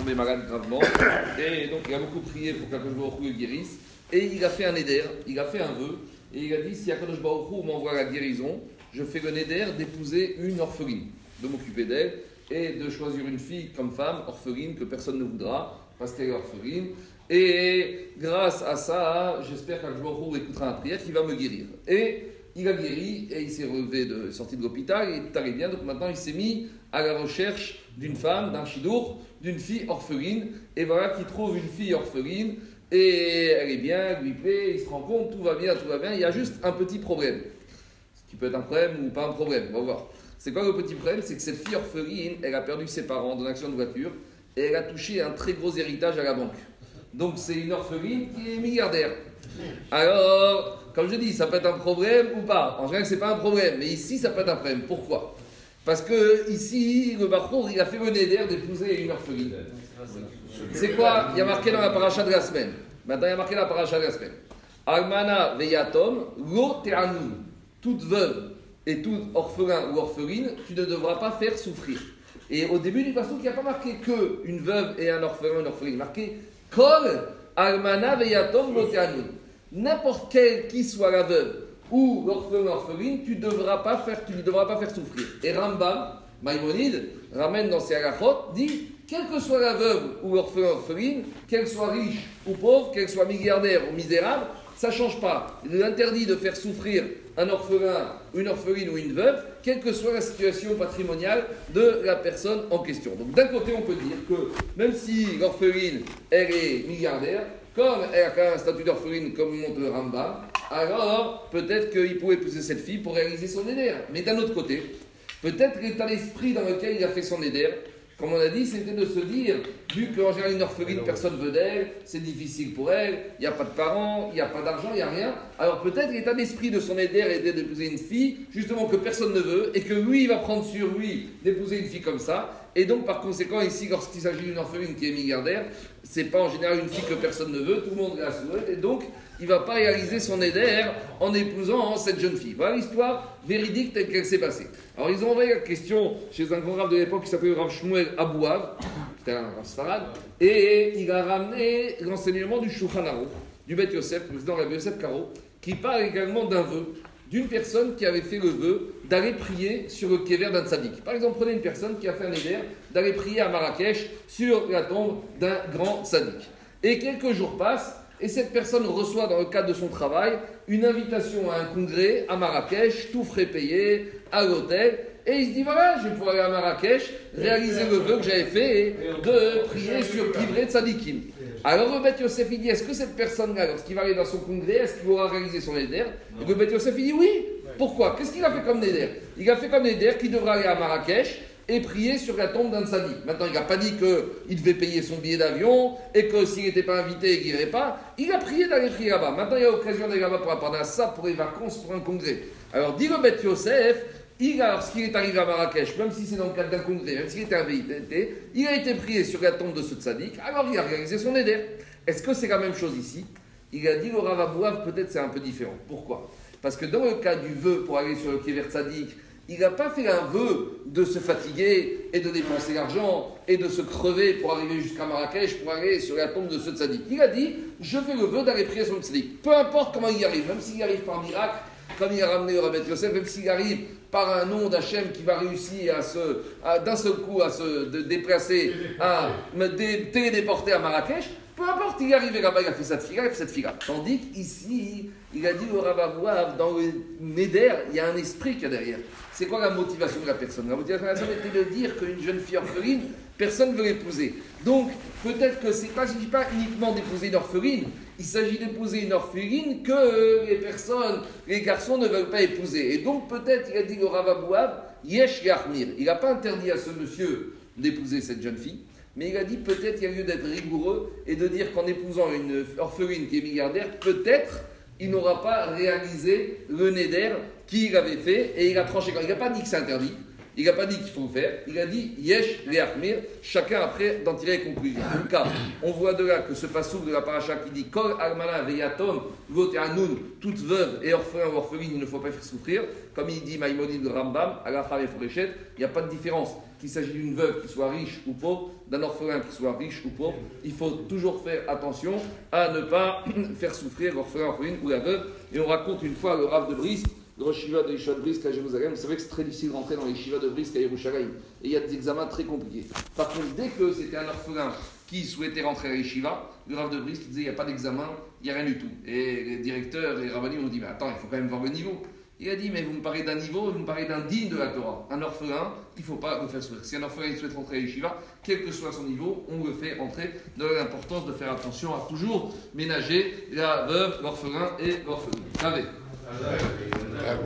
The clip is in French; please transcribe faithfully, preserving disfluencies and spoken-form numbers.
tombé malade gravement. Et donc, il a beaucoup prié pour qu'Akadosh Baruch Hu le guérisse. Et il a fait un éder, il a fait un vœu. Et il a dit, si Akadosh Baruch Hu m'envoie la guérison, je fais le néder d'épouser une orpheline, de m'occuper d'elle et de choisir une fille comme femme, orpheline, que personne ne voudra, parce qu'elle est orpheline. Et grâce à ça, j'espère qu'Akadosh Baruch Hu écoutera ma prière, qu'il va me guérir. Et il a guéri, et il s'est relevé, de, sorti de l'hôpital, et tout allait bien. Donc maintenant, il s'est mis à la recherche d'une femme, d'un chidour, d'une fille orpheline. Et voilà qu'il trouve une fille orpheline. Et elle est bien, lui plaît, il se rend compte, tout va bien, tout va bien. Il y a juste un petit problème. Ce qui peut être un problème ou pas un problème, on va voir. C'est quoi le petit problème? C'est que cette fille orpheline, elle a perdu ses parents dans un accident de voiture et elle a touché un très gros héritage à la banque. Donc c'est une orpheline qui est milliardaire. Alors, comme je dis, ça peut être un problème ou pas. En général, c'est pas un problème, mais ici, ça peut être un problème. Pourquoi? Parce que ici, le Bachour, il a fait le néder d'épouser une orpheline. C'est quoi? Il y a marqué dans la paracha de la semaine. Maintenant, il y a marqué dans la paracha de la semaine. Almana veyatom lo te'anu. Toute veuve et tout orphelin ou orpheline, tu ne devras pas faire souffrir. Et au début du passage, il n'y a pas marqué que une veuve et un orphelin, une orpheline. Il y a marqué kol almana veyatom lo te'anu. N'importe quelle qui soit la veuve ou l'orphelin ou orpheline, tu ne devras pas faire, tu ne devras pas faire souffrir. Et Rambam, Maïmonide, ramène dans ses halachot, dit quelle que soit la veuve ou l'orphelin ou orpheline, qu'elle soit riche ou pauvre, qu'elle soit milliardaire ou misérable, ça ne change pas. L'interdit de faire souffrir un orphelin, une orpheline ou une veuve, quelle que soit la situation patrimoniale de la personne en question. Donc d'un côté, on peut dire que même si l'orpheline, elle est milliardaire, comme elle a quand même un statut d'orpheline comme montre le Rambam, alors peut-être qu'il pouvait épouser cette fille pour réaliser son éder. Mais d'un autre côté, peut-être l'état d'esprit dans lequel il a fait son éder, comme on a dit, c'était de se dire, vu qu'en général une orpheline, personne ne veut d'elle, c'est difficile pour elle, il n'y a pas de parents, il n'y a pas d'argent, il n'y a rien. Alors peut-être l'état d'esprit de son éder était d'épouser une fille, justement que personne ne veut, et que lui, il va prendre sur lui d'épouser une fille comme ça. Et donc par conséquent, ici, lorsqu'il s'agit d'une orpheline qui est milliardaire, c'est pas en général une fille que personne ne veut, tout le monde la souhaite, et donc il ne va pas réaliser son éder en épousant cette jeune fille. Voilà l'histoire véridique telle qu'elle s'est passée. Alors ils ont envoyé la question chez un grand rabbin de l'époque qui s'appelait Rav Shmuel Abouav, c'était un Rav Sfarad, et il a ramené l'enseignement du Shulchan Aruch, du Beth Yosef, le président Rabbi Yosef Karo, qui parle également d'un vœu, d'une personne qui avait fait le vœu d'aller prier sur le kéver d'un tzaddik. Par exemple, prenez une personne qui a fait un éder d'aller prier à Marrakech sur la tombe d'un grand tzaddik. Et quelques jours passent, et cette personne reçoit dans le cadre de son travail une invitation à un congrès à Marrakech, tout frais payé, à l'hôtel. Et il se dit voilà, je vais pouvoir aller à Marrakech, réaliser le vœu que j'avais fait de prier sur Kivré Tzadikim. Alors le Beth Yosef il dit est-ce que cette personne-là, lorsqu'il va aller dans son congrès, est-ce qu'il aura réalisé son éder? Et le Beth Yosef il dit oui. Pourquoi? Qu'est-ce qu'il a fait comme éder? Il a fait comme éder qu'il devra aller à Marrakech et prier sur la tombe d'un tzaddik. Maintenant, il n'a pas dit qu'il devait payer son billet d'avion et que s'il n'était pas invité et qu'il n'irait pas, il a prié d'aller prier là-bas. Maintenant, il y a l'occasion d'aller là-bas pour la Parnassa, pour les vacances, pour un congrès. Alors, dit le Beth Yosef, il a, lorsqu'il est arrivé à Marrakech, même si c'est dans le cadre d'un congrès, même s'il était invité, il a été prié sur la tombe de ce tzaddik, alors il a réalisé son éder. Est-ce que c'est la même chose ici? Il a dit au Rav Abouav, peut-être c'est un peu différent. Pourquoi? Parce que dans le cas du vœu pour aller sur le kéver tzaddik, il n'a pas fait un vœu de se fatiguer et de dépenser l'argent et de se crever pour arriver jusqu'à Marrakech, pour aller sur la tombe de ce tzaddik. Il a dit, je fais le vœu d'aller prier sur le tzaddik. Peu importe comment il y arrive, même s'il y arrive par miracle, comme il a ramené au Rabbi Yosef, même s'il arrive par un nom d'Hachem qui va réussir à se, à, d'un seul coup à se de déplacer, à me dé, téléporter à Marrakech, peu importe, il est arrivé là-bas, il a fait cette fille, il a fait cette fille-là. Tandis qu'ici, il a dit au Rav Abouav, dans le Neder, il y a un esprit qu'il y a derrière. C'est quoi la motivation de la personne? La motivation de la personne était de dire qu'une jeune fille orpheline, personne ne veut l'épouser. Donc, peut-être que c'est pas, il ne s'agit pas uniquement d'épouser une orpheline, il s'agit d'épouser une orpheline que les personnes, les garçons ne veulent pas épouser. Et donc, peut-être, il a dit au Rav Abouav, Yesh Yarmir. Il n'a pas interdit à ce monsieur d'épouser cette jeune fille. Mais il a dit peut-être il y a lieu d'être rigoureux et de dire qu'en épousant une orpheline qui est milliardaire, peut-être il n'aura pas réalisé le néder qu'il avait fait et il a tranché. Il n'a pas dit que c'est interdit, Il n'a pas dit qu'il faut le faire, il a dit Yesh Leachmir, chacun après d'en tirer les conclusions. En tout cas, on voit de là que ce passouk de la paracha qui dit Kol Almana Veyatom, Vote Anoun, toute veuve et orphelin ou orpheline, il ne faut pas faire souffrir. Comme il dit Maïmonide de Rambam, Alacha et Forechet, il n'y a pas de différence. Qu'il s'agit d'une veuve qui soit riche ou pauvre, d'un orphelin qui soit riche ou pauvre, il faut toujours faire attention à ne pas faire souffrir l'orphelin, l'orpheline ou la veuve. Et on raconte une fois le Rav de Brisk, le Rosh Yeshiva de Yeshiva de Brisk à Jérusalem. Vous savez que c'est très difficile de rentrer dans les Yeshiva de Brisk à Yerushalayim. Et il y a des examens très compliqués. Par contre, dès que c'était un orphelin qui souhaitait rentrer à Yeshiva, le Rav de Brisk disait il n'y a pas d'examen, il n'y a rien du tout. Et les directeurs et les rabbinim ont dit mais attends, il faut quand même voir le niveau. Il a dit, mais vous me parlez d'un niveau, vous me parlez d'un digne de la Torah. Un orphelin, il ne faut pas le faire souffrir. Si un orphelin il souhaite rentrer à Yeshiva, quel que soit son niveau, on le fait entrer. De l'importance de faire attention à toujours ménager la veuve, l'orphelin et l'orpheline. Savez.